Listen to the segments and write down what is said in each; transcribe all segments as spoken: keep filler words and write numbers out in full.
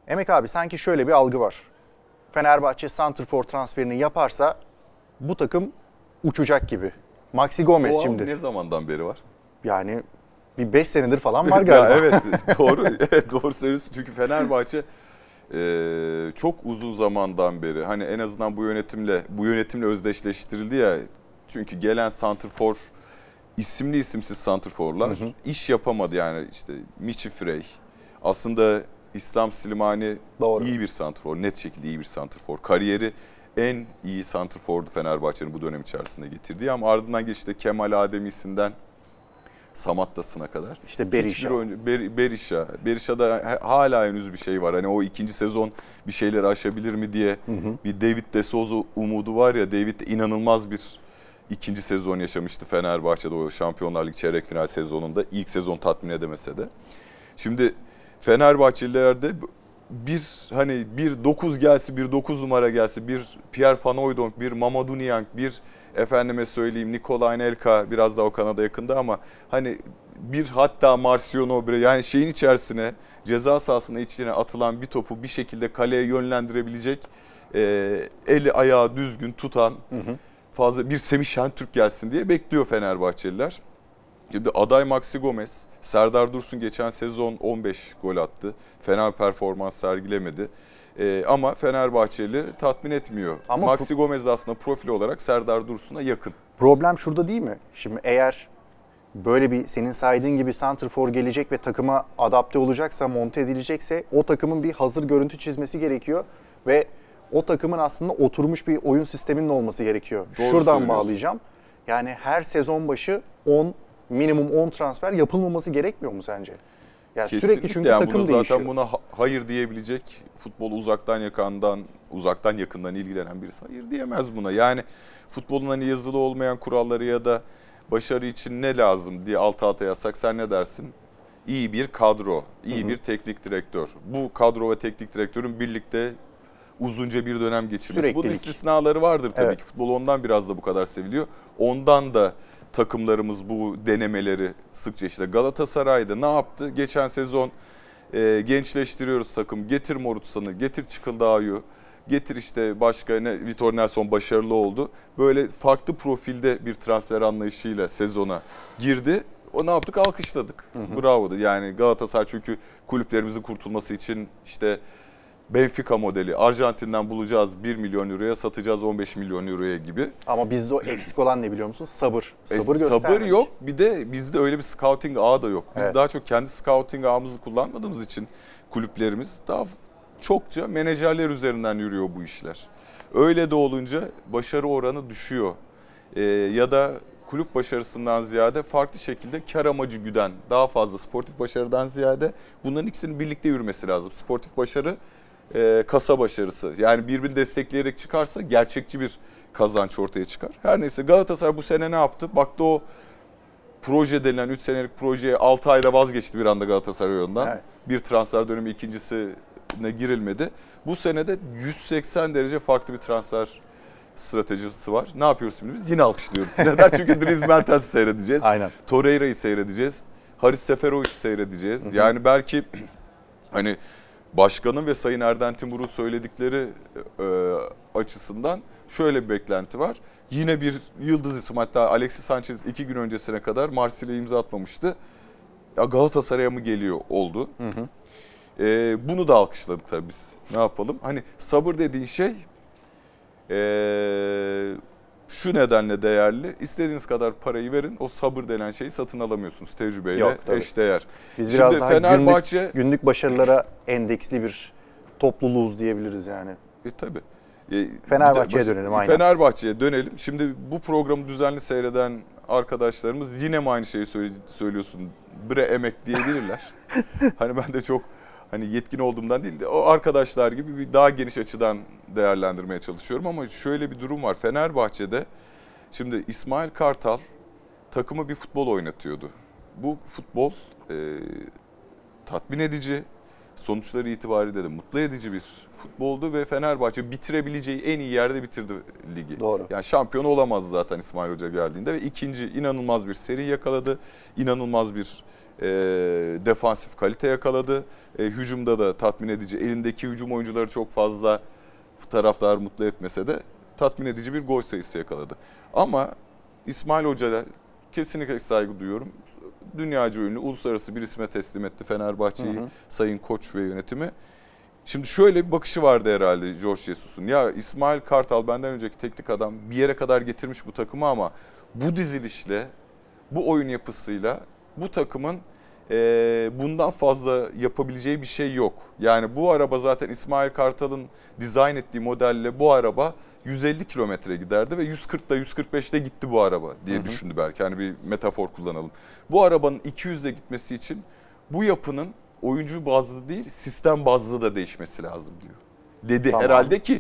Emek abi sanki şöyle bir algı var. Fenerbahçe santrfor transferini yaparsa bu takım uçacak gibi. Maxi Gomez O şimdi. ne zamandan beri var? Yani bir beş senedir falan var galiba. Ya evet doğru evet, doğru söylüyorsun. Çünkü Fenerbahçe e, çok uzun zamandan beri hani en azından bu yönetimle bu yönetimle özdeşleştirildi ya. Çünkü gelen santrfor isimli isimsiz santrforlar hı hı. iş yapamadı yani işte Michi Frey. Aslında İslam Slimani doğru. iyi bir santrfor, net şekilde iyi bir santrfor. Kariyeri en iyi santrfordu Fenerbahçe'nin bu dönem içerisinde getirdiği ama ardından geçti Kemal Ademisi'nden Samatta'sına kadar. İşte Berisha. Oyuncu, Ber, Berisha. Berisha'da hala henüz bir şey var. Hani o ikinci sezon bir şeyleri aşabilir mi diye hı hı. bir David De Souza umudu var ya. David de inanılmaz bir ikinci sezon yaşamıştı Fenerbahçe'de o Şampiyonlar Ligi çeyrek final sezonunda. İlk sezon tatmin edemese de. Şimdi Fenerbahçelilerde bir hani bir dokuz gelse, bir dokuz numara gelse, bir Pierre Van Hooijdonk, bir Mamadou Niang, bir efendime söyleyeyim Nikolay Anelka biraz daha o kanada yakında ama hani bir hatta Marcio Nobre yani şeyin içerisine ceza sahasının içine atılan bir topu bir şekilde kaleye yönlendirebilecek e, eli ayağı düzgün tutan hı hı. fazla bir Semih Şentürk gelsin diye bekliyor Fenerbahçeliler. Şimdi aday Maxi Gomez, Serdar Dursun geçen sezon on beş gol attı. Fena performans sergilemedi. Ee, ama Fenerbahçeli tatmin etmiyor. Ama Maxi pro- Gomez de aslında profil olarak Serdar Dursun'a yakın. Problem şurada değil mi? Şimdi eğer böyle bir senin saydığın gibi santrfor gelecek ve takıma adapte olacaksa, monte edilecekse o takımın bir hazır görüntü çizmesi gerekiyor. Ve o takımın aslında oturmuş bir oyun sisteminin olması gerekiyor. Doğru Şuradan bağlayacağım. Yani her sezon başı on minimum on transfer yapılmaması gerekmiyor mu sence? Yani Kesinlikle sürekli çünkü yani takım buna değişiyor. Zaten buna hayır diyebilecek futbolu uzaktan yakından, uzaktan yakından ilgilenen birisi hayır diyemez buna. Yani futbolun hani yazılı olmayan kuralları ya da başarı için ne lazım diye alt alta yazsak sen ne dersin? İyi bir kadro, iyi hı hı. bir teknik direktör. Bu kadro ve teknik direktörün birlikte uzunca bir dönem geçirmesi. Süreklilik. Bunun istisnaları vardır tabii evet. ki. Futbol ondan biraz da bu kadar seviliyor. Ondan da takımlarımız bu denemeleri sıkça işte Galatasaray'da ne yaptı? Geçen sezon e, gençleştiriyoruz takım. Getir Morutsan'ı, getir Çıkıldağ'ı, getir işte başka ne Vitor Nelson başarılı oldu. Böyle farklı profilde bir transfer anlayışıyla sezona girdi. O ne yaptık? Alkışladık. Hı hı. Bravo. Yani Galatasaray çünkü kulüplerimizin kurtulması için işte Benfica modeli, Arjantin'den bulacağız bir milyon euroya, satacağız on beş milyon euroya gibi. Ama bizde o eksik olan ne biliyor musun? Sabır. Sabır e, göstermek. Sabır yok. Bir de bizde öyle bir scouting ağı da yok. Biz evet. daha çok kendi scouting ağımızı kullanmadığımız için kulüplerimiz daha çokça menajerler üzerinden yürüyor bu işler. Öyle de olunca başarı oranı düşüyor. Ee, ya da kulüp başarısından ziyade farklı şekilde kar amacı güden, daha fazla sportif başarıdan ziyade bunların ikisinin birlikte yürümesi lazım. Sportif başarı E, kasa başarısı. Yani birbirini destekleyerek çıkarsa gerçekçi bir kazanç ortaya çıkar. Her neyse Galatasaray bu sene ne yaptı? Baktı o proje denilen üç senelik projeye altı ayda vazgeçti bir anda Galatasaray yolundan. Evet. Bir transfer dönemi ikincisine girilmedi. Bu sene de yüz seksen derece farklı bir transfer stratejisi var. Ne yapıyoruz şimdi biz? Yine alkışlıyoruz. Neden? Çünkü Dries Mertens'i seyredeceğiz. Aynen. Torreira'yı seyredeceğiz. Haris Seferovic'i seyredeceğiz. Hı hı. Yani belki hani başkanın ve Sayın Erden Timur'un söyledikleri e, açısından şöyle bir beklenti var. Yine bir yıldız isim, hatta Alexis Sanchez iki gün öncesine kadar Marsilya'ya imza atmamıştı. Ya Galatasaray'a mı geliyor oldu. Hı hı. E, bunu da alkışladık tabii biz. Ne yapalım? Hani sabır dediğin şey e, şu nedenle değerli. İstediğiniz kadar parayı verin. O sabır denen şeyi satın alamıyorsunuz. Tecrübeyle Yok, eşdeğer. Biz Şimdi biraz daha Fenerbahçe günlük, günlük başarılara endeksli bir topluluğuz diyebiliriz yani. E tabii. E, Fenerbahçe'ye baş, dönelim aynen. Fenerbahçe'ye dönelim. Şimdi bu programı düzenli seyreden arkadaşlarımız yine mi aynı şeyi söylüyorsun? Bre emek diyebilirler. Hani ben de çok hani yetkin olduğumdan değil de o arkadaşlar gibi bir daha geniş açıdan değerlendirmeye çalışıyorum ama şöyle bir durum var. Fenerbahçe'de şimdi İsmail Kartal takımı bir futbol oynatıyordu. Bu futbol e, tatmin edici, sonuçları itibariyle de mutlu edici bir futboldu ve Fenerbahçe bitirebileceği en iyi yerde bitirdi ligi. Doğru. Yani şampiyon olamazdı zaten İsmail Hoca geldiğinde ve ikinci inanılmaz bir seri yakaladı. İnanılmaz bir e, defansif kalite yakaladı. E, hücumda da tatmin edici. Elindeki hücum oyuncuları çok fazla taraftarı mutlu etmese de tatmin edici bir gol sayısı yakaladı. Ama İsmail Hoca'ya kesinlikle saygı duyuyorum. Dünyaca ünlü, uluslararası bir isme teslim etti Fenerbahçe'yi, hı hı. Sayın Koç ve yönetimi. Şimdi şöyle bir bakışı vardı herhalde Jorge Jesus'un. Ya İsmail Kartal benden önceki teknik adam bir yere kadar getirmiş bu takımı ama bu dizilişle, bu oyun yapısıyla bu takımın e, bundan fazla yapabileceği bir şey yok. Yani bu araba zaten İsmail Kartal'ın dizayn ettiği modelle bu araba yüz elli kilometre giderdi ve yüz kırkla yüz kırk beşte gitti bu araba diye hı hı. düşündü belki. Hani bir metafor kullanalım. Bu arabanın iki yüzle gitmesi için bu yapının oyuncu bazlı değil, sistem bazlı da değişmesi lazım diyor. Dedi tamam. Herhalde ki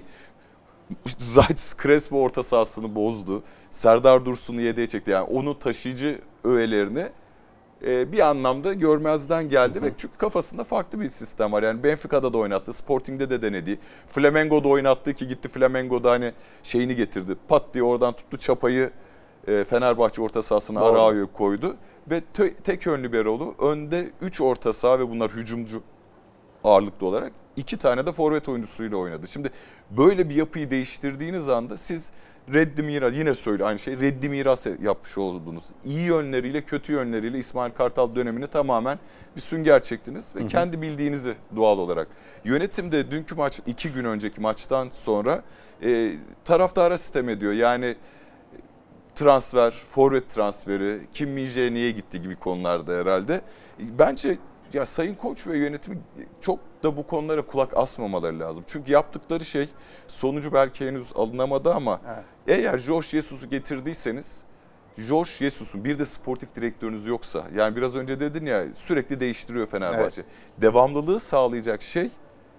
Zayt Crespo orta sahasını bozdu. Serdar Dursun'u yedeğe çekti. Yani onu taşıyıcı öğelerini e, bir anlamda görmezden geldi. Hı hı. Ve çünkü kafasında farklı bir sistem var. Yani Benfica'da da oynattı, Sporting'de de denedi. Flamengo'da oynattı ki gitti Flamengo'da hani şeyini getirdi. Pat diye oradan tuttu çapayı e, Fenerbahçe orta sahasına Arao'yu koydu. Ve te, tek yönlü bir rolu. Önde üç orta saha ve bunlar hücumcu ağırlıklı olarak iki tane de forvet oyuncusuyla oynadı. Şimdi böyle bir yapıyı değiştirdiğiniz anda siz reddi miras, yine söyle aynı şey, reddi miras yapmış oldunuz. İyi yönleriyle kötü yönleriyle İsmail Kartal dönemini tamamen bir sünger çektiniz ve hı hı. kendi bildiğinizi doğal olarak. Yönetim de dünkü maç, iki gün önceki maçtan sonra e, taraftara sitem ediyor. Yani transfer, forvet transferi, Kim Min-jae niye gitti gibi konularda herhalde. Bence ya Sayın Koç ve yönetimi çok da bu konulara kulak asmamaları lazım. Çünkü yaptıkları şey sonucu belki henüz alınamadı ama evet. Eğer Jorge Jesus'u getirdiyseniz Jorge Jesus'un bir de sportif direktörünüz yoksa yani biraz önce dedin ya sürekli değiştiriyor Fenerbahçe. Evet. Devamlılığı sağlayacak şey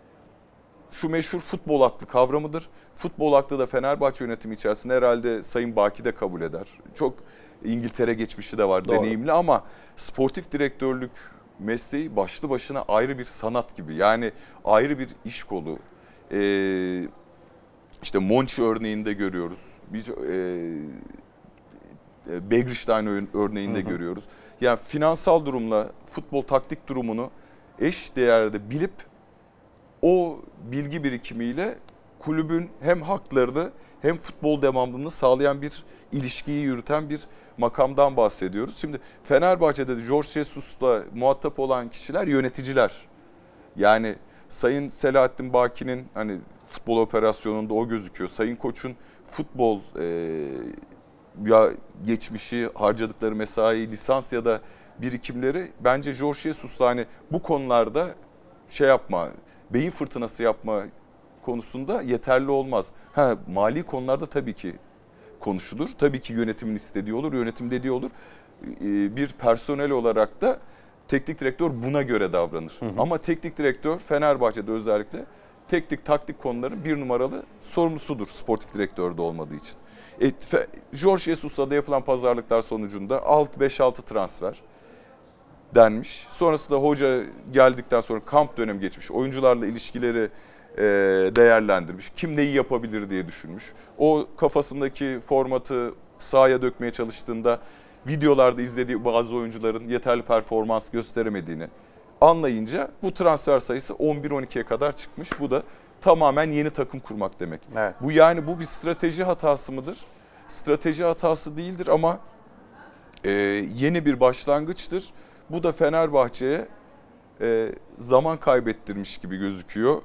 şu meşhur futbol aklı kavramıdır. Futbol aklı da Fenerbahçe yönetimi içerisinde herhalde Sayın Baki de kabul eder. Çok İngiltere geçmişi de var Doğru. deneyimli ama sportif direktörlük mesleği başlı başına ayrı bir sanat gibi. Yani ayrı bir iş kolu. Ee, işte Monchi örneğinde görüyoruz. Bir e, Begriştayn örneğinde hı hı. görüyoruz. Yani finansal durumla futbol taktik durumunu eş değerde bilip o bilgi birikimiyle kulübün hem haklarını hem futbol devamlılığını sağlayan bir ilişkiyi yürüten bir makamdan bahsediyoruz. Şimdi Fenerbahçe'de de Jorge Jesus'la muhatap olan kişiler yöneticiler. Yani Sayın Selahattin Baki'nin hani futbol operasyonunda o gözüküyor. Sayın Koç'un futbol e, ya geçmişi, harcadıkları mesai, lisans ya da birikimleri bence Jorge Jesus'la hani bu konularda şey yapma, beyin fırtınası yapma konusunda yeterli olmaz. Ha, mali konularda tabii ki konuşulur. Tabii ki yönetimin istediği olur, yönetim dediği olur. Bir personel olarak da teknik direktör buna göre davranır. Hı hı. Ama teknik direktör Fenerbahçe'de özellikle teknik taktik konuların bir numaralı sorumlusudur sportif direktörde olmadığı için. E, Jorge Jesus'la da yapılan pazarlıklar sonucunda beş altı transfer denmiş. Sonrasında hoca geldikten sonra kamp dönemi geçmiş. Oyuncularla ilişkileri e, değerlendirmiş. Kim neyi yapabilir diye düşünmüş. O kafasındaki formatı sahaya dökmeye çalıştığında videolarda izlediği bazı oyuncuların yeterli performans gösteremediğini anlayınca bu transfer sayısı on bir on ikiye kadar çıkmış. Bu da tamamen yeni takım kurmak demek. Evet. Bu yani bu bir strateji hatası mıdır? Strateji hatası değildir ama e, yeni bir başlangıçtır. Bu da Fenerbahçe'ye e, zaman kaybettirmiş gibi gözüküyor.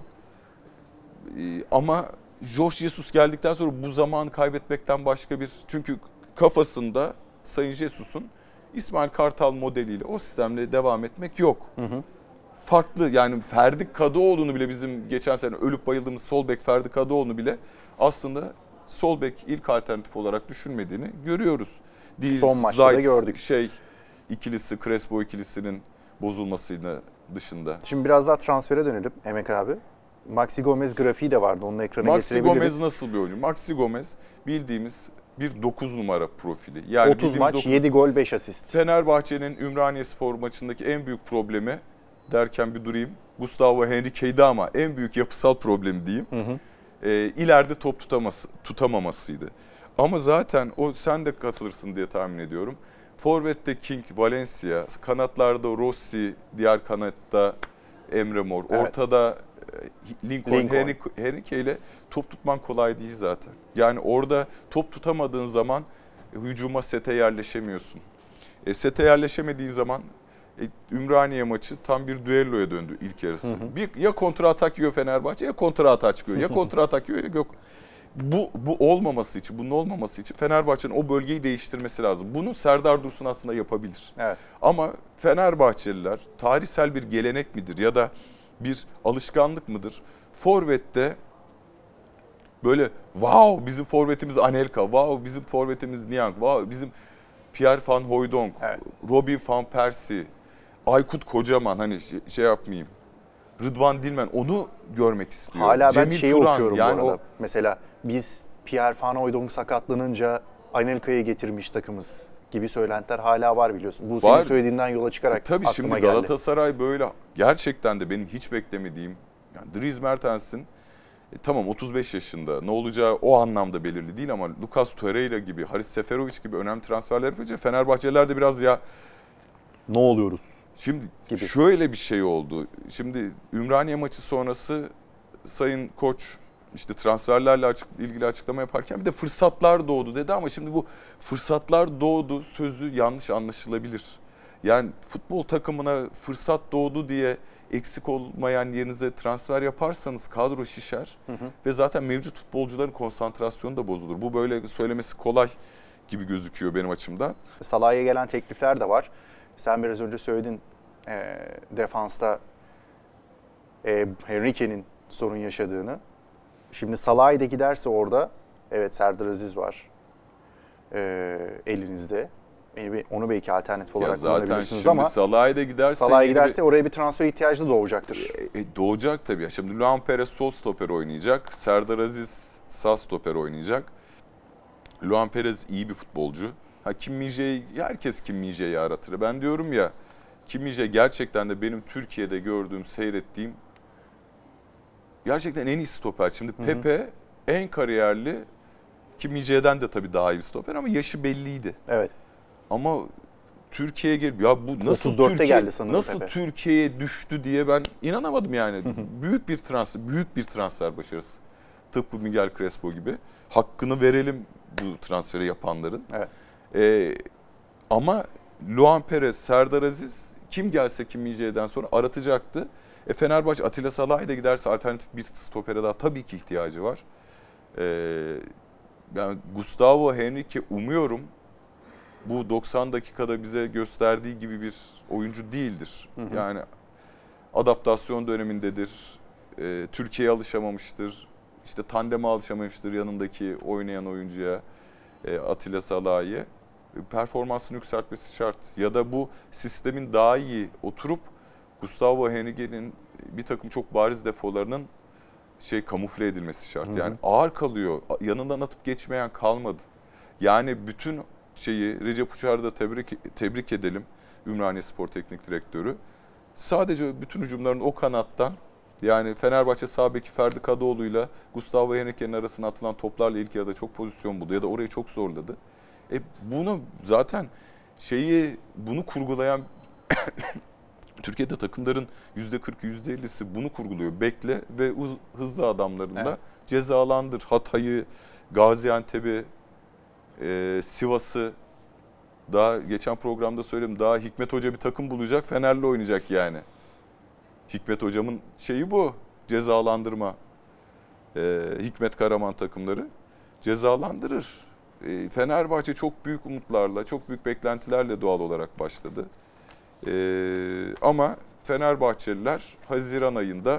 E, ama Jorge Jesus geldikten sonra bu zamanı kaybetmekten başka bir... Çünkü kafasında Sayın Jesus'un İsmail Kartal modeliyle o sistemle devam etmek yok. Hı hı. Farklı yani Ferdi Kadıoğlu'nu bile bizim geçen sene ölüp bayıldığımız sol bek Ferdi Kadıoğlu'nu bile aslında sol bek ilk alternatif olarak düşünmediğini görüyoruz. Değil, Son maçta da gördük. Şey ikilisi, Crespo ikilisinin bozulmasıyla dışında. Şimdi biraz daha transfere dönelim Emek abi. Maxi Gomez grafiği de vardı. Onu ekrana Maxi getirebiliriz. Gomez nasıl bir oyuncu? Maxi Gomez bildiğimiz bir dokuz numara profili. Yani otuz maç, dokuz... yedi gol, beş asist. Fenerbahçe'nin Ümraniyespor maçındaki en büyük problemi derken bir durayım. Gustavo Henrique'ydi ama en büyük yapısal problemi diyeyim. Hı hı. E, ileride top tutaması, tutamamasıydı. Ama zaten o sen de katılırsın diye tahmin ediyorum. Forvet'te King, Valencia, kanatlarda Rossi, diğer kanatta Emre Mor, Evet. ortada Lincoln, Lincoln. Henrique, Henrique ile top tutman kolay değil zaten. Yani orada top tutamadığın zaman hücuma, sete yerleşemiyorsun. E, sete yerleşemediğin zaman e, Ümraniye maçı tam bir düelloya döndü ilk yarısı. Hı hı. Bir, ya kontra atak yiyor Fenerbahçe, ya kontra atak çıkıyor. Ya kontra atak yiyor ya yok. Bu, bu olmaması için, bunun olmaması için Fenerbahçe'nin o bölgeyi değiştirmesi lazım. Bunu Serdar Dursun aslında yapabilir. Evet. Ama Fenerbahçeliler tarihsel bir gelenek midir ya da bir alışkanlık mıdır? Forvet'te böyle wow bizim forvetimiz Anelka, wow bizim forvetimiz Niang, wow bizim Pierre Van Hooijdonk, evet. Robin van Persie, Aykut Kocaman, hani şey, şey yapmayayım. Rıdvan Dilmen, onu görmek istiyor. Hala Cemil ben şeyi Turan, okuyorum yani bu arada. o... Mesela biz Pierre Van Hooijdonk sakatlanınca Anelka'yı getirmiş takımız gibi söylentiler hala var biliyorsun. Bu senin var. söylediğinden yola çıkarak e, tabii aklıma şimdi geldi. Galatasaray böyle gerçekten de benim hiç beklemediğim, yani Dries Mertens'in e, tamam otuz beş yaşında, ne olacağı o anlamda belirli değil ama Lucas Torreira gibi, Haris Seferovic gibi önemli transferler yapınca Fenerbahçeliler de biraz ya ne oluyoruz? Şimdi gibi. Şöyle bir şey oldu. Şimdi Ümraniye maçı sonrası Sayın Koç işte transferlerle açık, ilgili açıklama yaparken bir de fırsatlar doğdu dedi ama şimdi bu fırsatlar doğdu sözü yanlış anlaşılabilir. Yani futbol takımına fırsat doğdu diye eksik olmayan yerinize transfer yaparsanız kadro şişer hı hı. ve zaten mevcut futbolcuların konsantrasyonu da bozulur. Bu böyle söylemesi kolay gibi gözüküyor benim açımdan. Salah'a gelen teklifler de var. Sen biraz önce söyledin e, defansta e, Henrique'nin sorun yaşadığını. Şimdi Salah'a da giderse orada, evet Serdar Aziz var e, elinizde. Onu belki alternatif olarak kullanabilirsiniz ama Salah'a da giderse, Salah'a giderse bir... oraya bir transfer ihtiyacı da doğacaktır. E, e, doğacak tabii. Şimdi Luan Perez sol stoper oynayacak. Serdar Aziz sağ stoper oynayacak. Luan Perez iyi bir futbolcu. Ha, Kim Min-jae'yi, herkes Kim Min-jae'yi aratır. Ben diyorum ya, Kim Min-jae gerçekten de benim Türkiye'de gördüğüm, seyrettiğim gerçekten en iyi stoper. Şimdi hı hı. Pepe en kariyerli, Kim Min-jae'den de tabii daha iyi bir stoper ama yaşı belliydi. Evet. Ama Türkiye'ye gelip ya bu nasıl otuz dörtte Türkiye geldi sanırım nasıl Pepe. Türkiye'ye düştü diye ben inanamadım yani. Hı hı. Büyük bir transfer, büyük bir transfer başarısı. Tıpkı Miguel Crespo gibi. Hakkını verelim bu transferi yapanların. Evet. Ee, ama Luan Perez, Serdar Aziz kim gelse Kim Min-jae'den sonra aratacaktı. E Fenerbahçe Atilla Salah'a da giderse alternatif bir stopere daha tabii ki ihtiyacı var. Ee, yani Gustavo Henrique umuyorum bu doksan dakikada bize gösterdiği gibi bir oyuncu değildir. Hı hı. Yani adaptasyon dönemindedir. Ee, Türkiye'ye alışamamıştır. İşte tandeme alışamamıştır yanındaki oynayan oyuncuya, e, Atilla Salah'ı. Performansını yükseltmesi şart. Ya da bu sistemin daha iyi oturup Gustavo Henrique'nin bir takım çok bariz defolarının şey kamufle edilmesi şart. Hı hı. Yani ağır kalıyor. Yanından atıp geçmeyen kalmadı. Yani bütün şeyi Recep Uçar'ı da tebrik, tebrik edelim. Ümraniye Spor Teknik Direktörü. Sadece bütün hücumların o kanattan, yani Fenerbahçe sağ beki Ferdi Kadıoğlu'yla Gustavo Henrique'nin arasına atılan toplarla ilk yarıda çok pozisyon buldu ya da orayı çok zorladı. E bunu zaten şeyi bunu kurgulayan Türkiye'de takımların yüzde kırk yüzde ellisi bunu kurguluyor. Bekle ve hızlı adamlarında evet. cezalandır. Hatay'ı, Gaziantep'i, e, Sivas'ı, daha geçen programda söyledim, daha Hikmet Hoca bir takım bulacak, Fener'le oynayacak yani. Hikmet Hocam'ın şeyi bu, cezalandırma. E, Hikmet Karaman takımları cezalandırır. E, Fenerbahçe çok büyük umutlarla, çok büyük beklentilerle doğal olarak başladı. E, ama Fenerbahçeliler Haziran ayında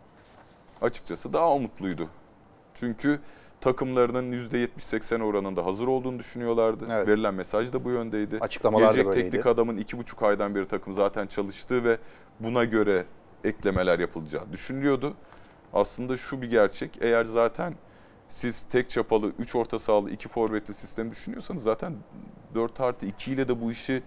açıkçası daha umutluydu. Çünkü takımlarının yüzde yetmiş seksen oranında hazır olduğunu düşünüyorlardı. Evet. Verilen mesaj da bu yöndeydi. Açıklamalar Gelecek da böyleydi. teknik adamın iki buçuk aydan beri takım zaten çalıştığı ve buna göre eklemeler yapılacağı düşünülüyordu. Aslında şu bir gerçek, eğer zaten siz tek çapalı, üç orta sahalı, iki forvetli sistemi düşünüyorsanız zaten dört artı iki ile de bu işi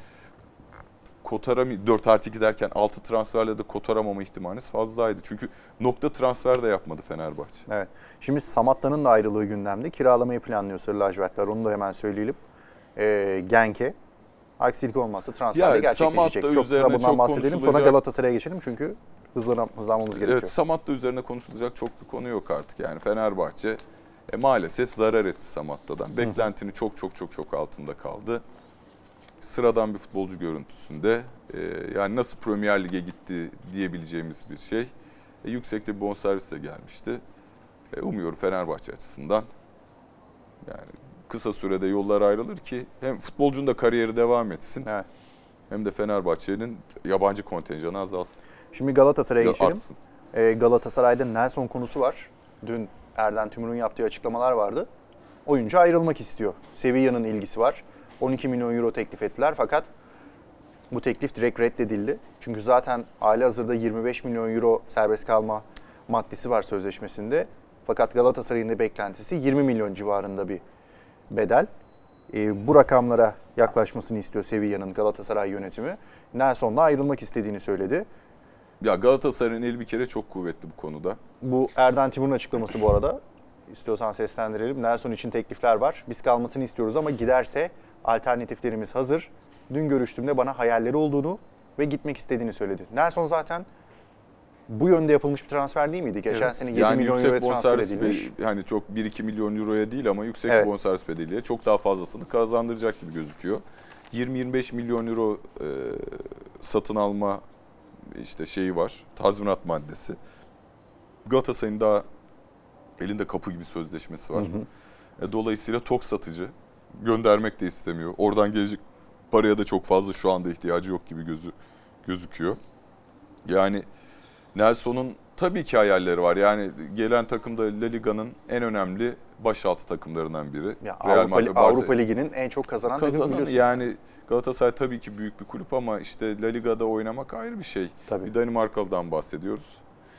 kotaramay dört artı iki derken altı transferle de kotaramama ihtimaliniz fazlaydı. Çünkü nokta transfer de yapmadı Fenerbahçe. Evet. Şimdi Samatta'nın da ayrılığı gündemde. Kiralamayı planlıyor Sarı Lacivertler. Onu da hemen söyleyelim. Ee, Genk'e Aksilik olmazsa transferde Ya, gerçekleşecek. Samatta Çok kısa üzerine bundan çok bahsedelim. Sonra konuşulacak. Galatasaray'a geçelim çünkü hızlan, hızlanmamız gerekiyor. Evet, Samatta üzerine konuşulacak çok bir konu yok artık. Yani Fenerbahçe e, maalesef zarar etti Samatta'dan. Beklentinin çok çok çok çok altında kaldı. Sıradan bir futbolcu görüntüsünde. E, yani nasıl Premier Lig'e gitti diyebileceğimiz bir şey. E, yüksekte bir bonservisle gelmişti. E, umuyorum Fenerbahçe açısından yani kısa sürede yollar ayrılır ki hem futbolcunun da kariyeri devam etsin. Evet. Hem de Fenerbahçe'nin yabancı kontenjanı azalsın. Şimdi Galatasaray'a Ya geçelim. artsın. Ee, Galatasaray'da Nelson konusu var. Dün Erden Tümur'un yaptığı açıklamalar vardı. Oyuncu ayrılmak istiyor. Sevilla'nın ilgisi var. on iki milyon euro teklif ettiler fakat bu teklif direkt reddedildi. Çünkü zaten halihazırda yirmi beş milyon euro serbest kalma maddesi var sözleşmesinde. Fakat Galatasaray'ın da beklentisi yirmi milyon civarında bir bedel. Ee, bu rakamlara yaklaşmasını istiyor Sevilla'nın Galatasaray yönetimi. Nelson'la ayrılmak istediğini söyledi. Ya Galatasaray'ın eli bir kere çok kuvvetli bu konuda. Bu Erden Timur'un açıklaması bu arada. İstiyorsan seslendirelim. Nelson için teklifler var. Biz kalmasını istiyoruz ama giderse alternatiflerimiz hazır. Dün görüştüğümde bana hayalleri olduğunu ve gitmek istediğini söyledi. Nelson zaten bu yönde yapılmış bir transfer değil miydi? Geçen Evet. sene yedi yani milyon yüksek euroya transfer bonservis edilmiş. be- yani çok bir iki milyon euroya değil ama yüksek Evet. bonservis bedeliyle çok daha fazlasını kazandıracak gibi gözüküyor. yirmi yirmi beş milyon euro e, satın alma işte şeyi var. Tazminat maddesi. Galatasaray'ın daha elinde kapı gibi sözleşmesi var. Hı hı. E, dolayısıyla tok satıcı. Göndermek de istemiyor. Oradan gelecek paraya da çok fazla şu anda ihtiyacı yok gibi gözü gözüküyor. Yani Nelson'un tabii ki hayalleri var. Yani gelen takımda La Liga'nın en önemli başaltı takımlarından biri. Ya Real Avrupa, Madrid, Avrupa Barcelona. Ligi'nin en çok kazanan takımı Kazanan biliyorsun. yani Galatasaray tabii ki büyük bir kulüp ama işte La Liga'da oynamak ayrı bir şey. Tabii. Bir Danimarkalı'dan bahsediyoruz.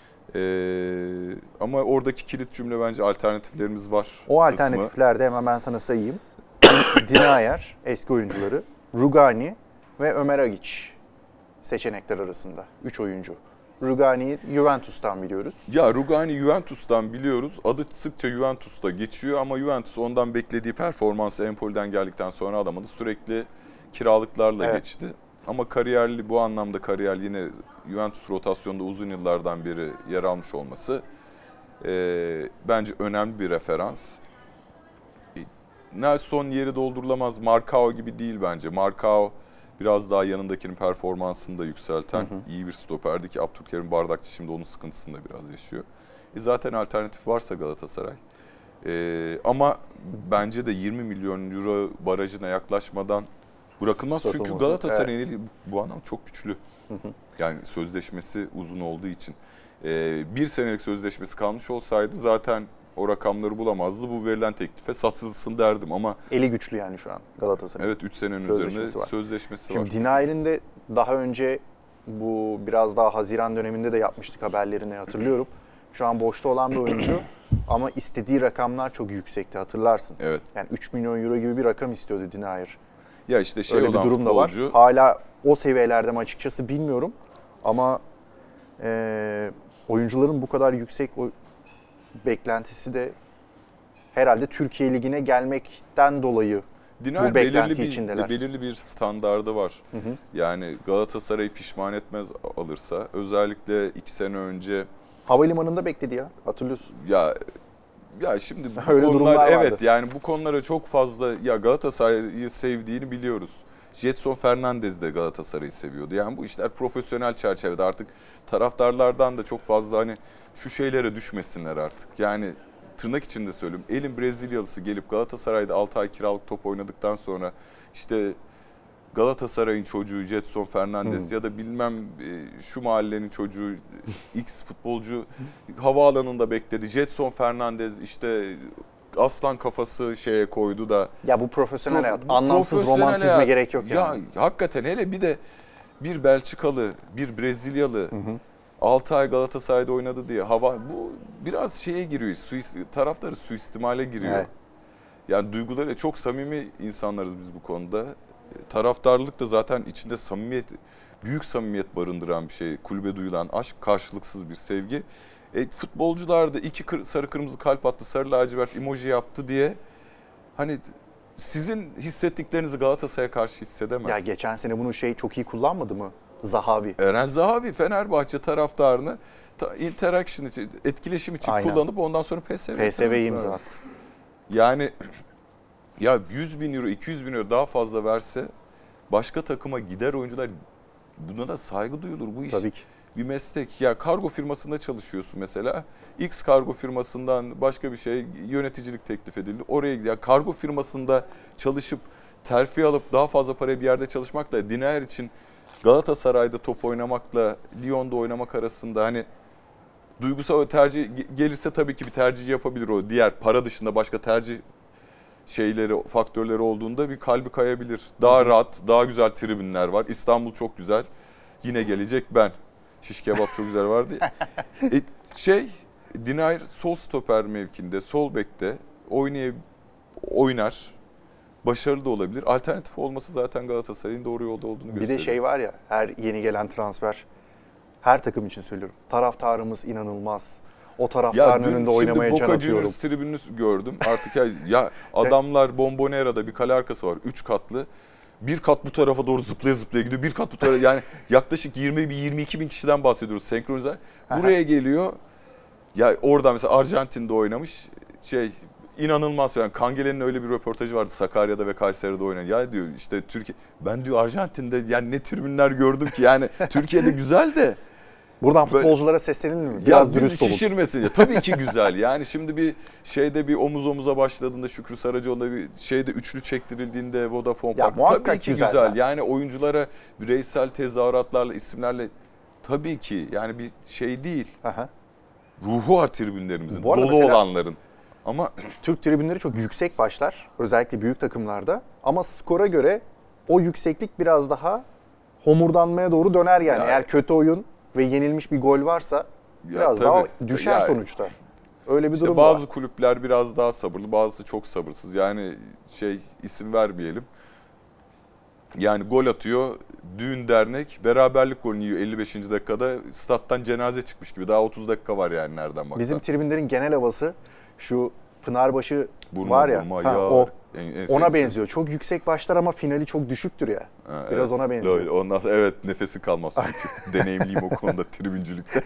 Ee, ama oradaki kilit cümle bence alternatiflerimiz var. O kısmı. alternatiflerde hemen ben sana sayayım. Dinayer, eski oyuncuları, Rugani ve Ömer Agic seçenekler arasında. Üç oyuncu. Rugani'yi Juventus'tan biliyoruz. Ya Rugani Juventus'tan biliyoruz. Adı sıkça Juventus'ta geçiyor ama Juventus ondan beklediği performansı Empoli'den geldikten sonra alamadı. Sürekli kiralıklarla Evet. geçti. Ama kariyerli bu anlamda kariyer yine Juventus rotasyonda uzun yıllardan beri yer almış olması e, bence önemli bir referans. E, Nelson yeri doldurulamaz. Marcao gibi değil bence. Marcao biraz daha yanındakinin performansını da yükselten hı hı. iyi bir stoperdi ki Abdülkerim Bardakçı şimdi onun sıkıntısını da biraz yaşıyor. E zaten alternatif varsa Galatasaray. E, ama bence de yirmi milyon euro barajına yaklaşmadan bırakılmaz. Çünkü Satılması, Galatasaray'ın evet. eli bu anlamda çok güçlü. Hı hı. Yani sözleşmesi uzun olduğu için. E, bir senelik sözleşmesi kalmış olsaydı zaten o rakamları bulamazdı. Bu verilen teklife satılsın derdim ama... Eli güçlü yani şu an Galatasaray'ın. Evet üç senenin sözleşmesi üzerinde var. sözleşmesi Şimdi var. Şimdi Dinayer'in de daha önce bu biraz daha Haziran döneminde de yapmıştık haberlerini hatırlıyorum. Şu an boşta olan bir oyuncu ama istediği rakamlar çok yüksekti hatırlarsın. Evet. Yani üç milyon euro gibi bir rakam istiyordu Dinayer. Ya işte şey Öyle olan bir durum da var. futbolcu... Hala o seviyelerde mi açıkçası bilmiyorum ama e, oyuncuların bu kadar yüksek o, beklentisi de herhalde Türkiye Ligi'ne gelmekten dolayı Dinayer bu beklenti belirli bir, içindeler. belirli bir standardı var. Hı hı. Yani Galatasaray'ı pişman etmez alırsa. Özellikle iki sene önce... Havalimanında bekledi ya hatırlıyorsun. Ya ya şimdi bu Öyle durumlar konular vardı. evet yani bu konulara çok fazla ya Galatasaray'ı sevdiğini biliyoruz. Jetson Fernandez de Galatasaray'ı seviyordu. Yani bu işler profesyonel çerçevede artık taraftarlardan da çok fazla hani şu şeylere düşmesinler artık. Yani tırnak içinde söyleyeyim. Elin Brezilyalısı gelip Galatasaray'da altı ay kiralık top oynadıktan sonra işte Galatasaray'ın çocuğu Jetson Fernandez hmm. ya da bilmem şu mahallenin çocuğu X futbolcu havaalanında bekledi. Jetson Fernandez işte aslan kafası şeye koydu da. Ya bu profesyonel Prof, hayat. Anlamsız romantizme hayat. Gerek yok yani. Ya hakikaten hele bir de bir Belçikalı, bir Brezilyalı hı hı. altı ay Galatasaray'da oynadı diye hava bu biraz şeye giriyor. Suis, taraftarı suistimale giriyor. Evet. Yani duyguları çok samimi insanlarız biz bu konuda. Taraftarlık da zaten içinde samimiyet, büyük samimiyet barındıran bir şey. Kulübe duyulan aşk, karşılıksız bir sevgi. E, futbolcular da iki kır, sarı kırmızı kalp attı, sarı lacivert emoji yaptı diye hani sizin hissettiklerinizi Galatasaray'a karşı hissedemez. Ya geçen sene bunu şey çok iyi kullanmadı mı? Zahavi. Eren Zahavi Fenerbahçe taraftarını ta, interaction için, etkileşim için Aynen. kullanıp ondan sonra P S V. P S V'yi imza attı. Yani ya yüz bin euro, iki yüz bin euro daha fazla verse başka takıma gider oyuncular, buna da saygı duyulur. Bu iş Tabii ki. bir meslek. Ya kargo firmasında çalışıyorsun mesela. X kargo firmasından başka bir şey yöneticilik teklif edildi. Oraya gidiyor. Ya kargo firmasında çalışıp terfi alıp daha fazla paraya bir yerde çalışmakla Dinayer için Galatasaray'da top oynamakla Lyon'da oynamak arasında hani duygusal tercih gelirse tabii ki bir tercih yapabilir o. Diğer para dışında başka tercih şeyleri, faktörleri olduğunda bir kalbi kayabilir. Daha rahat, daha güzel tribünler var. İstanbul çok güzel. Yine gelecek ben. Şiş kebap çok güzel vardı. e, şey, Dinayer sol stoper mevkinde, sol bekte oynayıp oynar. Başarılı da olabilir. Alternatif olması zaten Galatasaray'ın doğru yolda olduğunu gösteriyor. Bir de şey var ya, her yeni gelen transfer, her takım için söylüyorum. Taraftarımız inanılmaz. O taraftarın önünde oynamaya can atıyorum. Şimdi Boca Juniors tribününü gördüm. Artık ya, ya adamlar Bombonera'da bir kale arkası var. Üç katlı. Bir kat bu tarafa doğru zıplaya zıplaya gidiyor. Bir kat bu tarafa, yani yaklaşık yirmi yirmi iki bin kişiden bahsediyoruz senkronize. Buraya geliyor. Ya oradan mesela Arjantin'de oynamış. Şey inanılmaz yani. Kangelen'in öyle bir röportajı vardı Sakarya'da ve Kayseri'de oynayan. Ya diyor işte Türkiye, ben diyor Arjantin'de yani ne tribünler gördüm ki yani Türkiye'de güzel de. Buradan futbolculara seslenelim mi? Biraz ya bizi şişirmesin. Ya, tabii ki güzel. Yani şimdi bir şeyde bir omuz omuza başladığında Şükrü Saracoğlu'nda bir şeyde üçlü çektirildiğinde Vodafone ya, Park tabii ki güzel. güzel. Zaten. Yani oyunculara bireysel tezahüratlarla, isimlerle tabii ki yani bir şey değil. Aha. Ruhu var tribünlerimizin, Bu arada dolu olanların. Ama Türk tribünleri çok yüksek başlar. Özellikle büyük takımlarda. Ama skora göre o yükseklik biraz daha homurdanmaya doğru döner yani. yani Eğer kötü oyun ve yenilmiş bir gol varsa biraz tabii. daha düşer yani, sonuçta. Öyle bir işte durum bazı var. kulüpler biraz daha sabırlı, bazısı çok sabırsız. Yani şey isim vermeyelim. Yani gol atıyor, düğün dernek, beraberlik golünü yiyor elli beşinci dakikada. Stat'tan cenaze çıkmış gibi. Daha otuz dakika var yani nereden baksan. Bizim tribünlerin genel havası şu Pınarbaşı Burma, var ya, burma, ha, ya. o. En, en Ona sevdiğim. benziyor. Çok yüksek başlar ama finali çok düşüktür ya. Ha, Biraz evet. ona benziyor. Öyle, ondan sonra, evet nefesi kalmaz çünkü. Deneyimliyim o konuda tribüncülükte.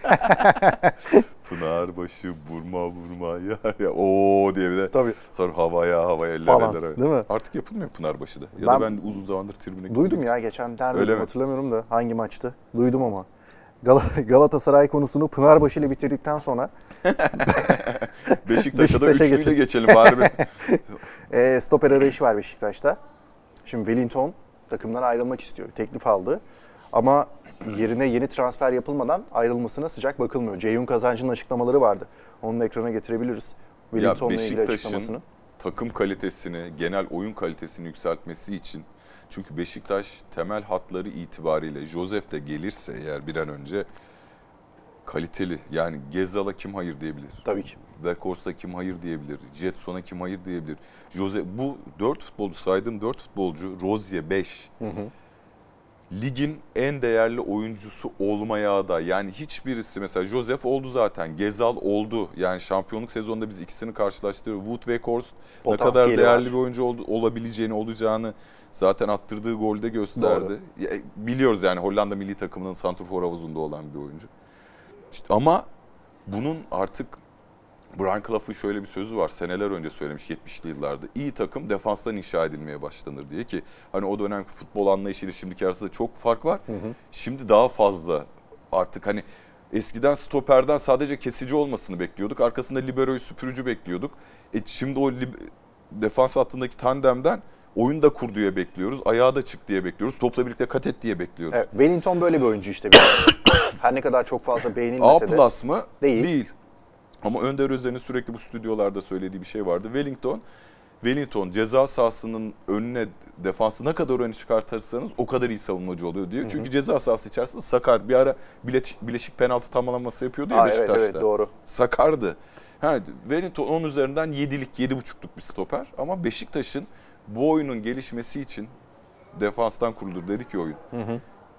Pınarbaşı, burma, burma ya. ya Oo diye bir de. Tabii. Sonra havaya havaya eller Falan, eller. değil mi? Artık yapılmıyor Pınarbaşı'da. Ya Ben- da ben uzun zamandır tribüne Duydum gitmedim. ya geçen nerede Öyle duydum mi? hatırlamıyorum da hangi maçtı. Duydum ama. Gal- Galatasaray konusunu Pınarbaşı ile bitirdikten sonra Beşiktaş'a da Beşiktaş'a üçlüyle geçelim. geçelim bari. e, stoper arayışı var Beşiktaş'ta. Şimdi Wellington takımdan ayrılmak istiyor. Teklif aldı. Ama yerine yeni transfer yapılmadan ayrılmasına sıcak bakılmıyor. Ceyhun Kazancı'nın açıklamaları vardı. Onu da ekrana getirebiliriz. Wellington'la ilgili açıklamasını. Beşiktaş'ın takım kalitesini, genel oyun kalitesini yükseltmesi için, çünkü Beşiktaş temel hatları itibariyle Josef de gelirse eğer bir an önce kaliteli, yani Gezal'a kim hayır diyebilir? Tabii ki. Weghorst'a kim hayır diyebilir? Jetson'a kim hayır diyebilir? Jose, bu dört futbolcu saydığım dört futbolcu, Rozier beş. Hı hı. Ligin en değerli oyuncusu olmaya aday. Yani hiçbirisi, mesela Josef oldu zaten, Gezal oldu. Yani şampiyonluk sezonunda biz ikisini karşılaştırıyoruz. Wood ve Weghorst ne kadar Potansiyeli değerli var. bir oyuncu oldu, olabileceğini, olacağını zaten attırdığı golde gösterdi. Ya, biliyoruz yani Hollanda milli takımının santrfor havuzunda olan bir oyuncu. İşte ama bunun artık Brian Clough'un şöyle bir sözü var. Seneler önce söylemiş yetmişli yıllarda. İyi takım defanstan inşa edilmeye başlanır diye, ki hani o dönemki futbol anlayışıyla şimdiki arasında çok fark var. Hı hı. Şimdi daha fazla artık hani eskiden stoperden sadece kesici olmasını bekliyorduk. Arkasında liberoyu süpürücü bekliyorduk. E şimdi o lib- defans hattındaki tandemden oyun da kur diye bekliyoruz. Ayağa da çık diye bekliyoruz. Topla birlikte kat et diye bekliyoruz. Evet, Wellington böyle bir oyuncu işte. Biraz. Her ne kadar çok fazla beğenilmese A de. plus mı? Değil. Değil. Ama Önder Özen'in sürekli bu stüdyolarda söylediği bir şey vardı. Wellington, Wellington ceza sahasının önüne, defansı ne kadar öne çıkartırsanız o kadar iyi savunmacı oluyor diyor. Çünkü hı hı. ceza sahası içerisinde sakar. Bir ara bileşik, bileşik penaltı tamamlaması yapıyordu ya Aa, Beşiktaş'ta. Evet, evet doğru. Sakardı. Ha, Wellington onun üzerinden yedilik, yedi buçukluk bir stoper. Ama Beşiktaş'ın bu oyunun gelişmesi için defanstan kurulur dedik ki oyun. Hı hı.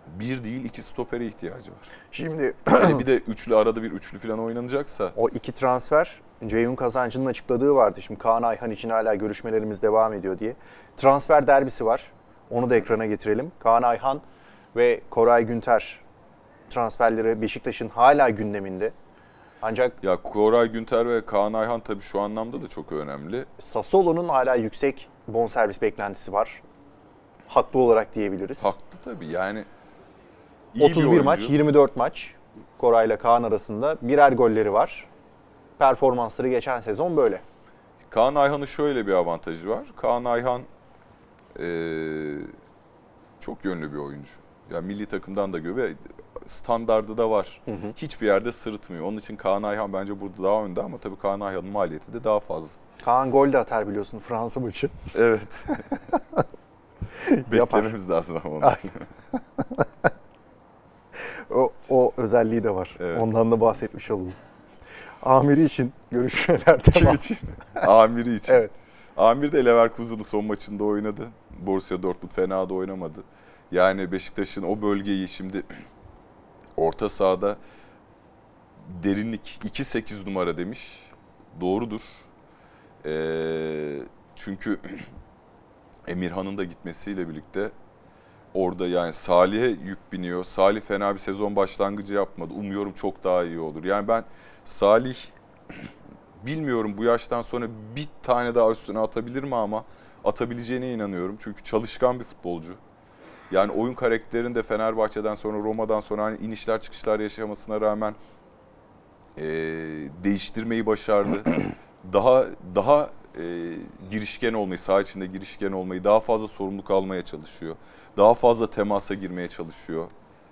bir değil iki stopere ihtiyacı var. Şimdi Yani bir de üçlü arada bir üçlü falan oynanacaksa. o iki transfer Ceyhun Kazancı'nın açıkladığı vardı. Şimdi Kaan Ayhan için hala görüşmelerimiz devam ediyor diye. Transfer derbisi var. Onu da ekrana getirelim. Kaan Ayhan ve Koray Günter transferleri Beşiktaş'ın hala gündeminde. Ancak Ya Koray Günter ve Kaan Ayhan tabii şu anlamda da çok önemli. Sassuolo'nun hala yüksek bonservis beklentisi var. Haklı olarak diyebiliriz. Haklı tabii yani. iyi bir otuz bir oyuncu. maç, yirmi dört maç Koray'la Kaan arasında birer golleri var. Performansları geçen sezon böyle. Kaan Ayhan'ın şöyle bir avantajı var. Kaan Ayhan eee, çok yönlü bir oyuncu. Yani milli takımdan da göre standardı da var. Hı hı. Hiçbir yerde sırıtmıyor. Onun için Kaan Ayhan bence burada daha önde ama tabii Kaan Ayhan'ın maliyeti de daha fazla. Kaan gol de atar biliyorsun Fransa maçı. Evet. Yapar. Beklememiz lazım ama onun için. O, o özelliği de var. Evet. Ondan da bahsetmiş olalım. Amiri için görüşmeler Kim devam. için? Amiri için. Evet. Amir de Leverkusen'ın son maçında oynadı. Borussia Dortmund fena da oynamadı. Yani Beşiktaş'ın o bölgeyi şimdi orta sahada derinlik iki sekiz numara demiş. Doğrudur. Ee, çünkü Emirhan'ın da gitmesiyle birlikte orada yani Salih'e yük biniyor. Salih fena bir sezon başlangıcı yapmadı. Umuyorum çok daha iyi olur. Yani ben Salih bilmiyorum bu yaştan sonra bir tane daha üstüne atabilir mi ama atabileceğine inanıyorum. Çünkü çalışkan bir futbolcu. Yani oyun karakterini de Fenerbahçe'den sonra Roma'dan sonra hani inişler çıkışlar yaşamasına rağmen e, değiştirmeyi başardı. daha daha e, girişken olmayı, saha içinde girişken olmayı, daha fazla sorumluluk almaya çalışıyor. Daha fazla temasa girmeye çalışıyor.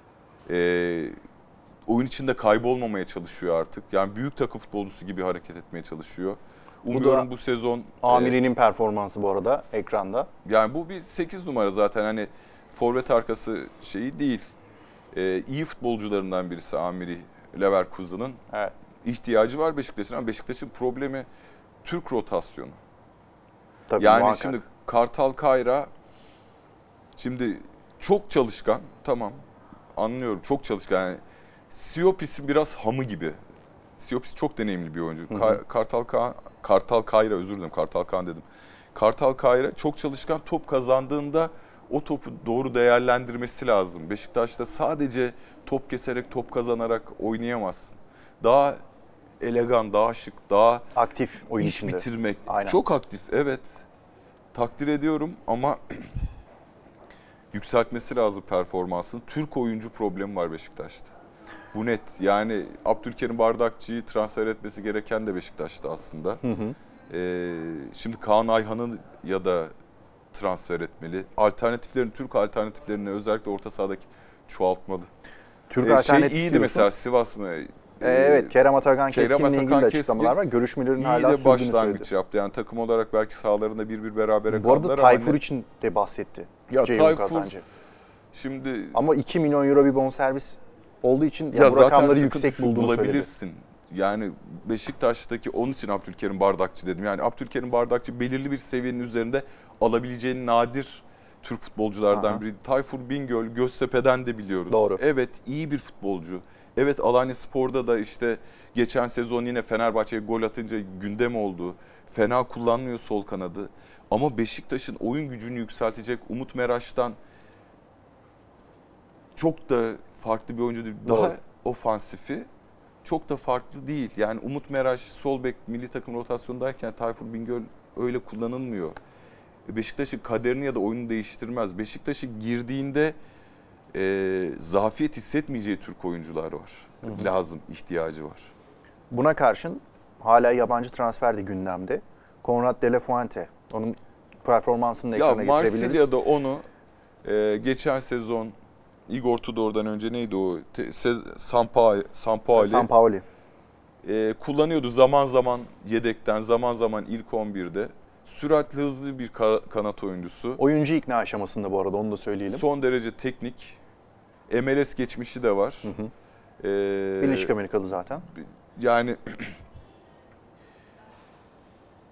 E, oyun içinde kaybolmamaya çalışıyor artık. Yani büyük takım futbolcusu gibi hareket etmeye çalışıyor. Umuyorum bu, bu sezon... Amiri'nin e, performansı bu arada ekranda. Yani bu bir sekiz numara zaten hani forvet arkası şeyi değil. E, iyi futbolcularından birisi Amiri Leverkusen'ın. Evet. İhtiyacı var Beşiktaş'ın ama Beşiktaş'ın problemi Türk rotasyonu. Tabii, yani muhakkak. şimdi Kartal Kayra şimdi çok çalışkan, tamam anlıyorum çok çalışkan. Yani Siopis'in biraz hamı gibi. Siopis çok deneyimli bir oyuncu. Hı hı. Ka- Kartal Ka- Kartal Kayra özür dilerim Kartal Kaan dedim. Kartal Kayra çok çalışkan, top kazandığında o topu doğru değerlendirmesi lazım. Beşiktaş'ta sadece top keserek, top kazanarak oynayamazsın. Daha elegan, daha şık, daha Aktif oyun iş içinde. bitirmek. Aynen. Çok aktif, evet. Takdir ediyorum ama yükseltmesi lazım performansını. Türk oyuncu problemi var Beşiktaş'ta. Bu net. Yani Abdülkerim Bardakçı'yı transfer etmesi gereken de Beşiktaş'ta aslında. Hı hı. Ee, şimdi Kaan Ayhan'ı ya da transfer etmeli. Alternatiflerini, Türk alternatiflerini özellikle orta sahadaki çoğaltmalı. Türk Ee, alternatif şey iyiydi diyorsun. mesela Sivas mı? Ee, evet, Kerem Atakan Kerem Keskin'le ilgili de Atakan açıklamalar Keskin var. Görüşmelerin İyi hala de sürdüğünü başlangıç söyledi. yaptı. Yani takım olarak belki sahalarında bir bir berabere Bu arada kaldılar Tayfur ama için de bahsetti. ya Ceyhun Tayfur Kazancı. şimdi Ama iki milyon euro bir bonservis olduğu için ya ya bu zaten rakamları sıkıntı yüksek şu, bulduğunu söyledi. bulabilirsin. Yani Beşiktaş'taki onun için Abdülkerim Bardakçı dedim. Yani Abdülkerim Bardakçı belirli bir seviyenin üzerinde alabileceğin nadir Türk futbolculardan Aha. biri. Tayfur Bingöl, Göztepe'den de biliyoruz. Doğru. Evet, iyi bir futbolcu. Evet, Alanyaspor'da da işte geçen sezon yine Fenerbahçe'ye gol atınca gündem oldu. Fena kullanmıyor sol kanadı. Ama Beşiktaş'ın oyun gücünü yükseltecek Umut Meraş'tan çok da farklı bir oyuncu değil. Daha Doğru. ofansifi çok da farklı değil. Yani Umut Meraş sol bek milli takım rotasyondayken Tayfur Bingöl öyle kullanılmıyor. Beşiktaş'ın kaderini ya da oyunu değiştirmez. Beşiktaş'ın girdiğinde e, zafiyet hissetmeyeceği Türk oyuncular var. Hı hı. Lazım, ihtiyacı var. Buna karşın hala yabancı transfer de gündemde. Konrad de la Fuente. Onun performansını da Ya ekrana getirebiliriz. Marsilya'da onu e, geçen sezon Igor Tudor'dan önce neydi o? Te- Sez- Sampaoli. Sampaoli. Sampaoli. E, kullanıyordu zaman zaman yedekten, zaman zaman ilk on birde. Süratli, hızlı bir ka- kanat oyuncusu. Oyuncu ikna aşamasında bu arada onu da söyleyelim. Son derece teknik. M L S geçmişi de var. Hı hı. Ee, Birleşik Amerikalı zaten. Yani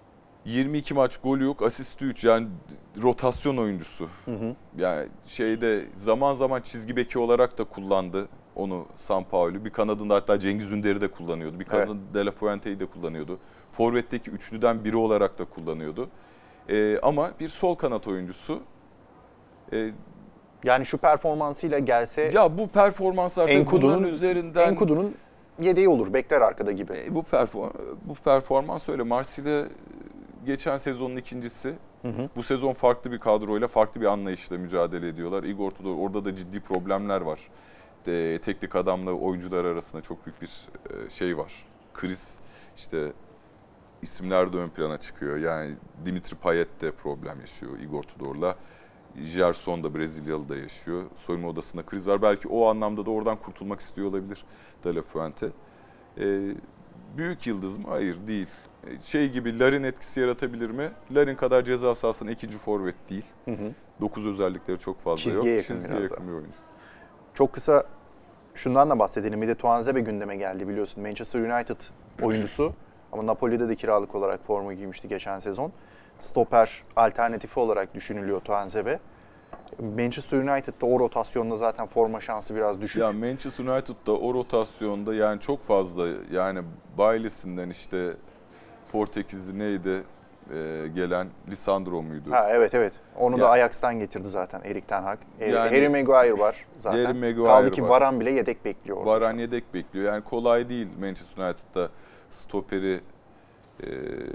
yirmi iki maç golü yok, asisti üç, yani rotasyon oyuncusu. Hı hı. Yani şeyde zaman zaman çizgi beki olarak da kullandı onu Sampaoli. Bir kanadında hatta Cengiz Ünder'i de kullanıyordu. Bir kanadında evet. De La Fuente'yi de kullanıyordu. Forvet'teki üçlüden biri olarak da kullanıyordu. Ee, ama bir sol kanat oyuncusu. Ee, yani şu performansıyla gelse... Ya bu performanslar bunların üzerinden... Enkudu'nun yedeği olur, bekler arkada gibi. E, bu, perform bu performans öyle. Marsilya geçen sezonun ikincisi. Hı hı. Bu sezon farklı bir kadroyla, farklı bir anlayışla mücadele ediyorlar. Igor Tudor, orada da ciddi problemler var. De, teknik adamla oyuncular arasında çok büyük bir şey var. Kriz, işte isimler de ön plana çıkıyor. Yani Dimitri Payet de problem yaşıyor Igor Tudor'la. Gerson da, Brezilyalı da yaşıyor. Soyunma odasında kriz var. Belki o anlamda da oradan kurtulmak istiyor olabilir De La Fuente. Ee, büyük yıldız mı? Hayır, değil. Şey gibi, Larin etkisi yaratabilir mi? Larin kadar ceza sahasının ikinci forvet değil. Hı hı. Dokuz özellikleri çok fazla Çizgiye yok. Yakın Çizgiye yakın bir oyuncu. Çok kısa şundan da bahsedelim. Bir de Tuanzebe gündeme geldi biliyorsun. Manchester United oyuncusu ama Napoli'de de kiralık olarak forma giymişti geçen sezon. Stoper alternatifi olarak düşünülüyor Tuanzebe. Manchester United'da o rotasyonda zaten forma şansı biraz düşük. Ya Manchester United'da o rotasyonda yani çok fazla, yani Bailey'sinden işte Portekizli neydi e, gelen Lisandro muydu? Ha evet evet. Onu ya, da Ajax'tan getirdi zaten Erik ten Hag. Yani, Harry Maguire var zaten. Harry Maguire Kaldı ki var. Varane bile yedek bekliyor orada. Varane yedek bekliyor. Yani kolay değil Manchester United'da stoperi e,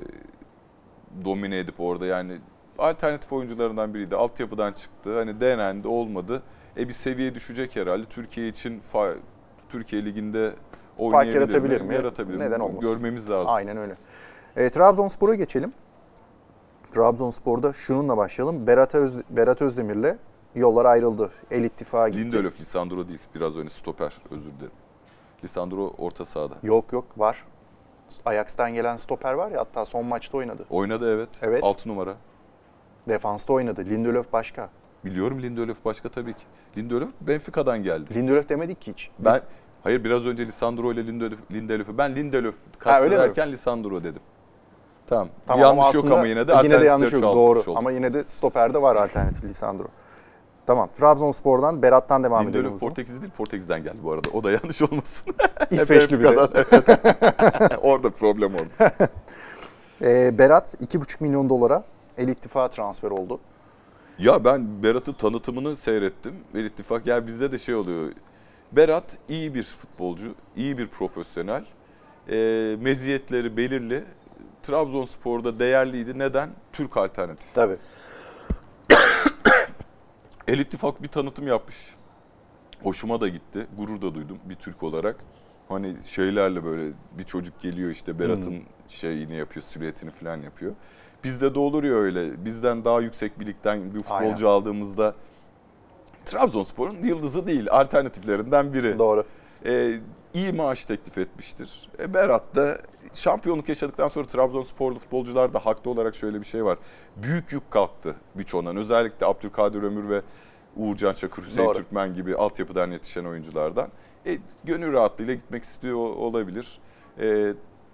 domine edip orada, yani alternatif oyuncularından biriydi. Altyapıdan çıktı. Hani denendi, olmadı. E bir seviye düşecek herhalde. Türkiye için fa- Türkiye Ligi'nde oynayabilir fark yaratabilir mi? mi? Yaratabilir. Neden olmasın? Görmemiz lazım. Aynen öyle. E, Trabzonspor'a geçelim. Trabzonspor'da şununla başlayalım. Berat, Öz, Berat Özdemir'le yollar ayrıldı. El İttifak'a gitti. Lindelöf, Lisandro değil. Biraz önce stoper, özür dilerim. Lisandro orta sahada. Yok yok var. Ajax'tan gelen stoper var ya, hatta son maçta oynadı. Oynadı evet. Evet. altı numara. Defansta oynadı. Lindelöf başka. Biliyorum, Lindelöf başka tabii ki. Lindelöf Benfica'dan geldi. Lindelöf demedik ki hiç. Ben hayır biraz önce Lisandro ile Lindelöf, Lindelöf'ü ben Lindelöf kastederken Lisandro dedim. Tamam. Tamam yanlış ama yok ama yine de yine de yanlış yok, doğru. Olduk. Ama yine de stoperde var alternatif Lisandro. Tamam. Trabzonspor'dan Berat'tan devam edelim. Lindelöf Portekizli değil, Portekiz'den geldi bu arada. O da yanlış olmasın. İsveçli bir de. Orada problem oldu. e, Berat iki buçuk milyon dolara El İttifak'a transfer oldu. Ya ben Berat'ın tanıtımını seyrettim. El İttifak, yani bizde de şey oluyor. Berat iyi bir futbolcu, iyi bir profesyonel. E, meziyetleri belirli. Trabzonspor'da değerliydi. Neden? Türk alternatif. Tabii. El İttifak bir tanıtım yapmış. Hoşuma da gitti. Gurur da duydum bir Türk olarak. Hani şeylerle böyle bir çocuk geliyor işte Berat'ın hmm. şeyini yapıyor, silüetini falan yapıyor. Bizde de olur ya öyle. Bizden daha yüksek bir ligden bir futbolcu Aynen. aldığımızda Trabzonspor'un yıldızı değil, alternatiflerinden biri. Doğru. Ee, iyi maaş teklif etmiştir. E, Berat da şampiyonluk yaşadıktan sonra Trabzonsporlu futbolcular da haklı olarak şöyle bir şey var. Büyük yük kalktı birçoğundan. Özellikle Abdülkadir Ömür ve Uğurcan Çakır, Hüseyin Doğru. Türkmen gibi altyapıdan yetişen oyunculardan. E, gönül rahatlığıyla gitmek istiyor olabilir. E,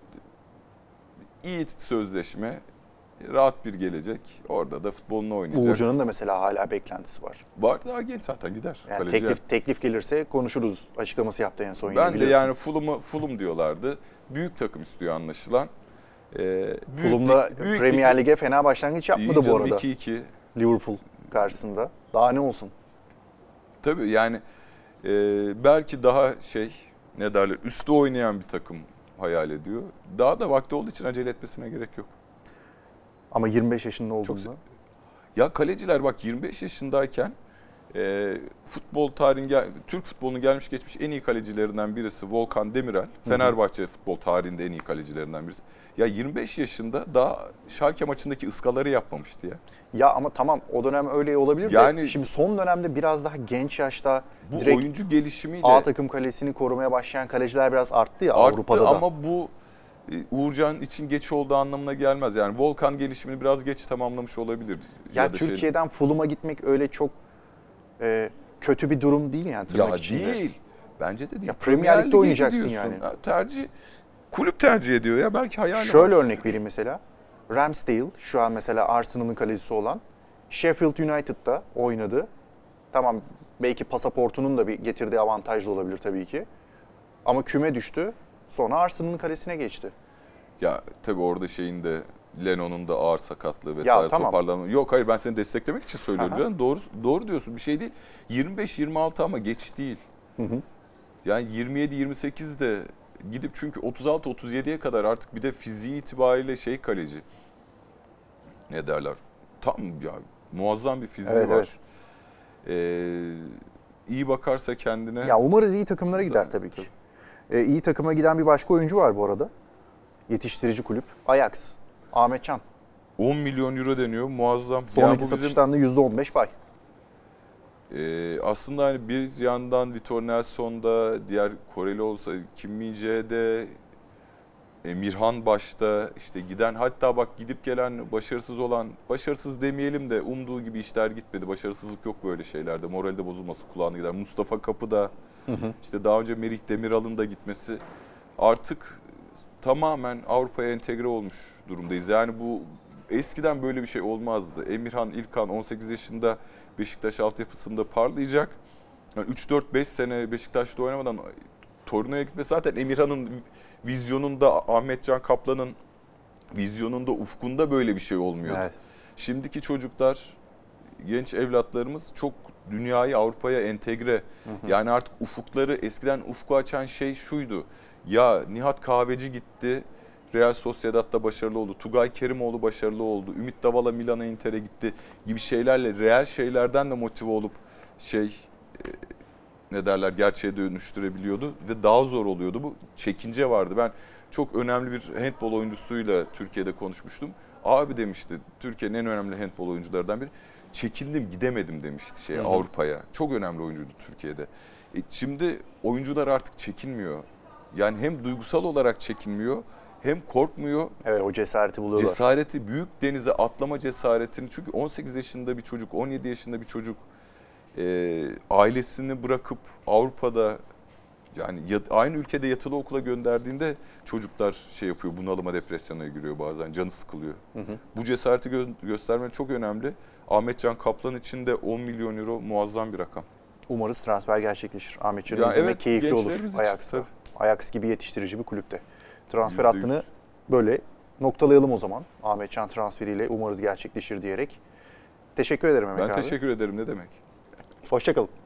iyi sözleşme, rahat bir gelecek. Orada da futbolunu oynayacak. Uğurcan'ın da mesela hala beklentisi var. Var, daha genç zaten gider. Yani teklif, teklif gelirse konuşuruz açıklaması yaptı en son. Ben de yani Fulham'ı Fulham diyorlardı. Büyük takım istiyor anlaşılan. Ee, Fulham'da Premier Lig'e fena başlangıç yapmadı canım, bu arada. iki iki Liverpool karşısında. Daha ne olsun? Tabii yani e, belki daha şey ne derler üstü oynayan bir takım hayal ediyor. Daha da vakti olduğu için acele etmesine gerek yok. Ama yirmi beş yaşında olduğunda. Çok... Ya kaleciler bak yirmi beş yaşındayken e, futbol tarihin Türk futbolunun gelmiş geçmiş en iyi kalecilerinden birisi Volkan Demirel. Fenerbahçe hı hı. futbol tarihinde en iyi kalecilerinden birisi. Ya yirmi beş yaşında daha Schalke maçındaki ıskaları yapmamıştı ya. Ya ama tamam o dönem öyle olabilir yani, de şimdi son dönemde biraz daha genç yaşta bu direkt oyuncu gelişimiyle A takım kalesini korumaya başlayan kaleciler biraz arttı ya arttı Avrupa'da da. Ama bu Uğurcan için geç olduğu anlamına gelmez. Yani Volkan gelişimini biraz geç tamamlamış olabilir. Ya, ya Türkiye'den şey... Fulham'a gitmek öyle çok e, kötü bir durum değil yani tırnak ya içinde. Ya değil. Bence de değil. Ya Premier Lig'de oynayacaksın yani. Ya, tercih kulüp tercih ediyor ya belki hayal. Şöyle var. Örnek vereyim mesela. Ramsdale şu an mesela Arsenal'ın kalecisi olan Sheffield United'da oynadı. Tamam belki pasaportunun da bir getirdiği avantajlı olabilir tabii ki. Ama küme düştü. Sonra Arsenal'ın kalesine geçti. Ya tabii orada şeyin de Leno'nun da ağır sakatlığı vesaire Ya, tamam. toparlanma. Yok hayır ben seni desteklemek için söylüyorum Aha. canım. Doğru doğru diyorsun bir şey değil. yirmi beş yirmi altı ama geç değil. Hı hı. Yani yirmi yedi yirmi sekizde gidip çünkü otuz altı otuz yediye kadar artık bir de fiziği itibariyle şey kaleci. Ne derler? Tam ya muazzam bir fiziği Evet, var. evet. Ee, iyi bakarsa kendine. Ya umarız iyi takımlara gider Zaten, tabii ki. Ee, iyi takıma giden bir başka oyuncu var bu arada. Yetiştirici kulüp. Ajax. Ahmet Can. on milyon euro deniyor muazzam. Son Yani iki bu bizim- satıştan da yüzde on beş pay. Ee, aslında hani bir yandan Vitor Nelson'da, diğer Koreli olsa Kim Min-jae'de, e, Mirhan başta işte giden hatta bak gidip gelen başarısız olan, başarısız demeyelim de umduğu gibi işler gitmedi. Başarısızlık yok böyle şeylerde. Moralde bozulması kulağına gider. Mustafa Kapı'da, Hı hı. işte daha önce Merih Demiral'ın da gitmesi artık tamamen Avrupa'ya entegre olmuş durumdayız. Yani bu eskiden böyle bir şey olmazdı. Emirhan İlkan on sekiz yaşında Beşiktaş altyapısında parlayacak. Yani üç dört beş sene Beşiktaş'ta oynamadan Torino'ya gitmesi zaten Emirhan'ın vizyonunda, Ahmet Can Kaplan'ın vizyonunda, ufkunda böyle bir şey olmuyordu. Evet. Şimdiki çocuklar, genç evlatlarımız çok dünyayı Avrupa'ya entegre. Hı hı. Yani artık ufukları, eskiden ufku açan şey şuydu. Ya Nihat Kahveci gitti, Real Sociedad'da başarılı oldu. Tugay Kerimoğlu başarılı oldu. Ümit Davala Milan'a, Inter'e gitti gibi şeylerle, real şeylerden de motive olup şey e, ne derler gerçeğe dönüştürebiliyordu ve daha zor oluyordu. Bu çekince vardı. Ben çok önemli bir handbol oyuncusuyla Türkiye'de konuşmuştum. Abi demişti, Türkiye'nin en önemli handbol oyuncularından biri. Çekindim, gidemedim demişti şey Avrupa'ya. Çok önemli oyuncuydu Türkiye'de. E şimdi oyuncular artık çekinmiyor. Yani hem duygusal olarak çekinmiyor, hem korkmuyor. Evet o cesareti buluyorlar. Cesareti, büyük denize atlama cesaretini. Çünkü on sekiz yaşında bir çocuk, on yedi yaşında bir çocuk e, ailesini bırakıp Avrupa'da, yani yat- aynı ülkede yatılı okula gönderdiğinde çocuklar şey yapıyor, bunalıma, depresyona giriyor bazen, canı sıkılıyor. Hı hı. Bu cesareti gö- göstermek çok önemli. Ahmet Can Kaplan için de on milyon euro muazzam bir rakam. Umarız transfer gerçekleşir. Ahmet Can'ı Ya izlemek evet, keyifli olur gençlerimiz için Ajax'ta. tabii. Ajax gibi yetiştirici bir kulüpte. Transfer Yüzde yüz. hattını böyle noktalayalım o zaman. Ahmet Can transferiyle umarız gerçekleşir diyerek. Teşekkür ederim Mehmet Ben abi. teşekkür ederim, ne demek. Hoşça kalın.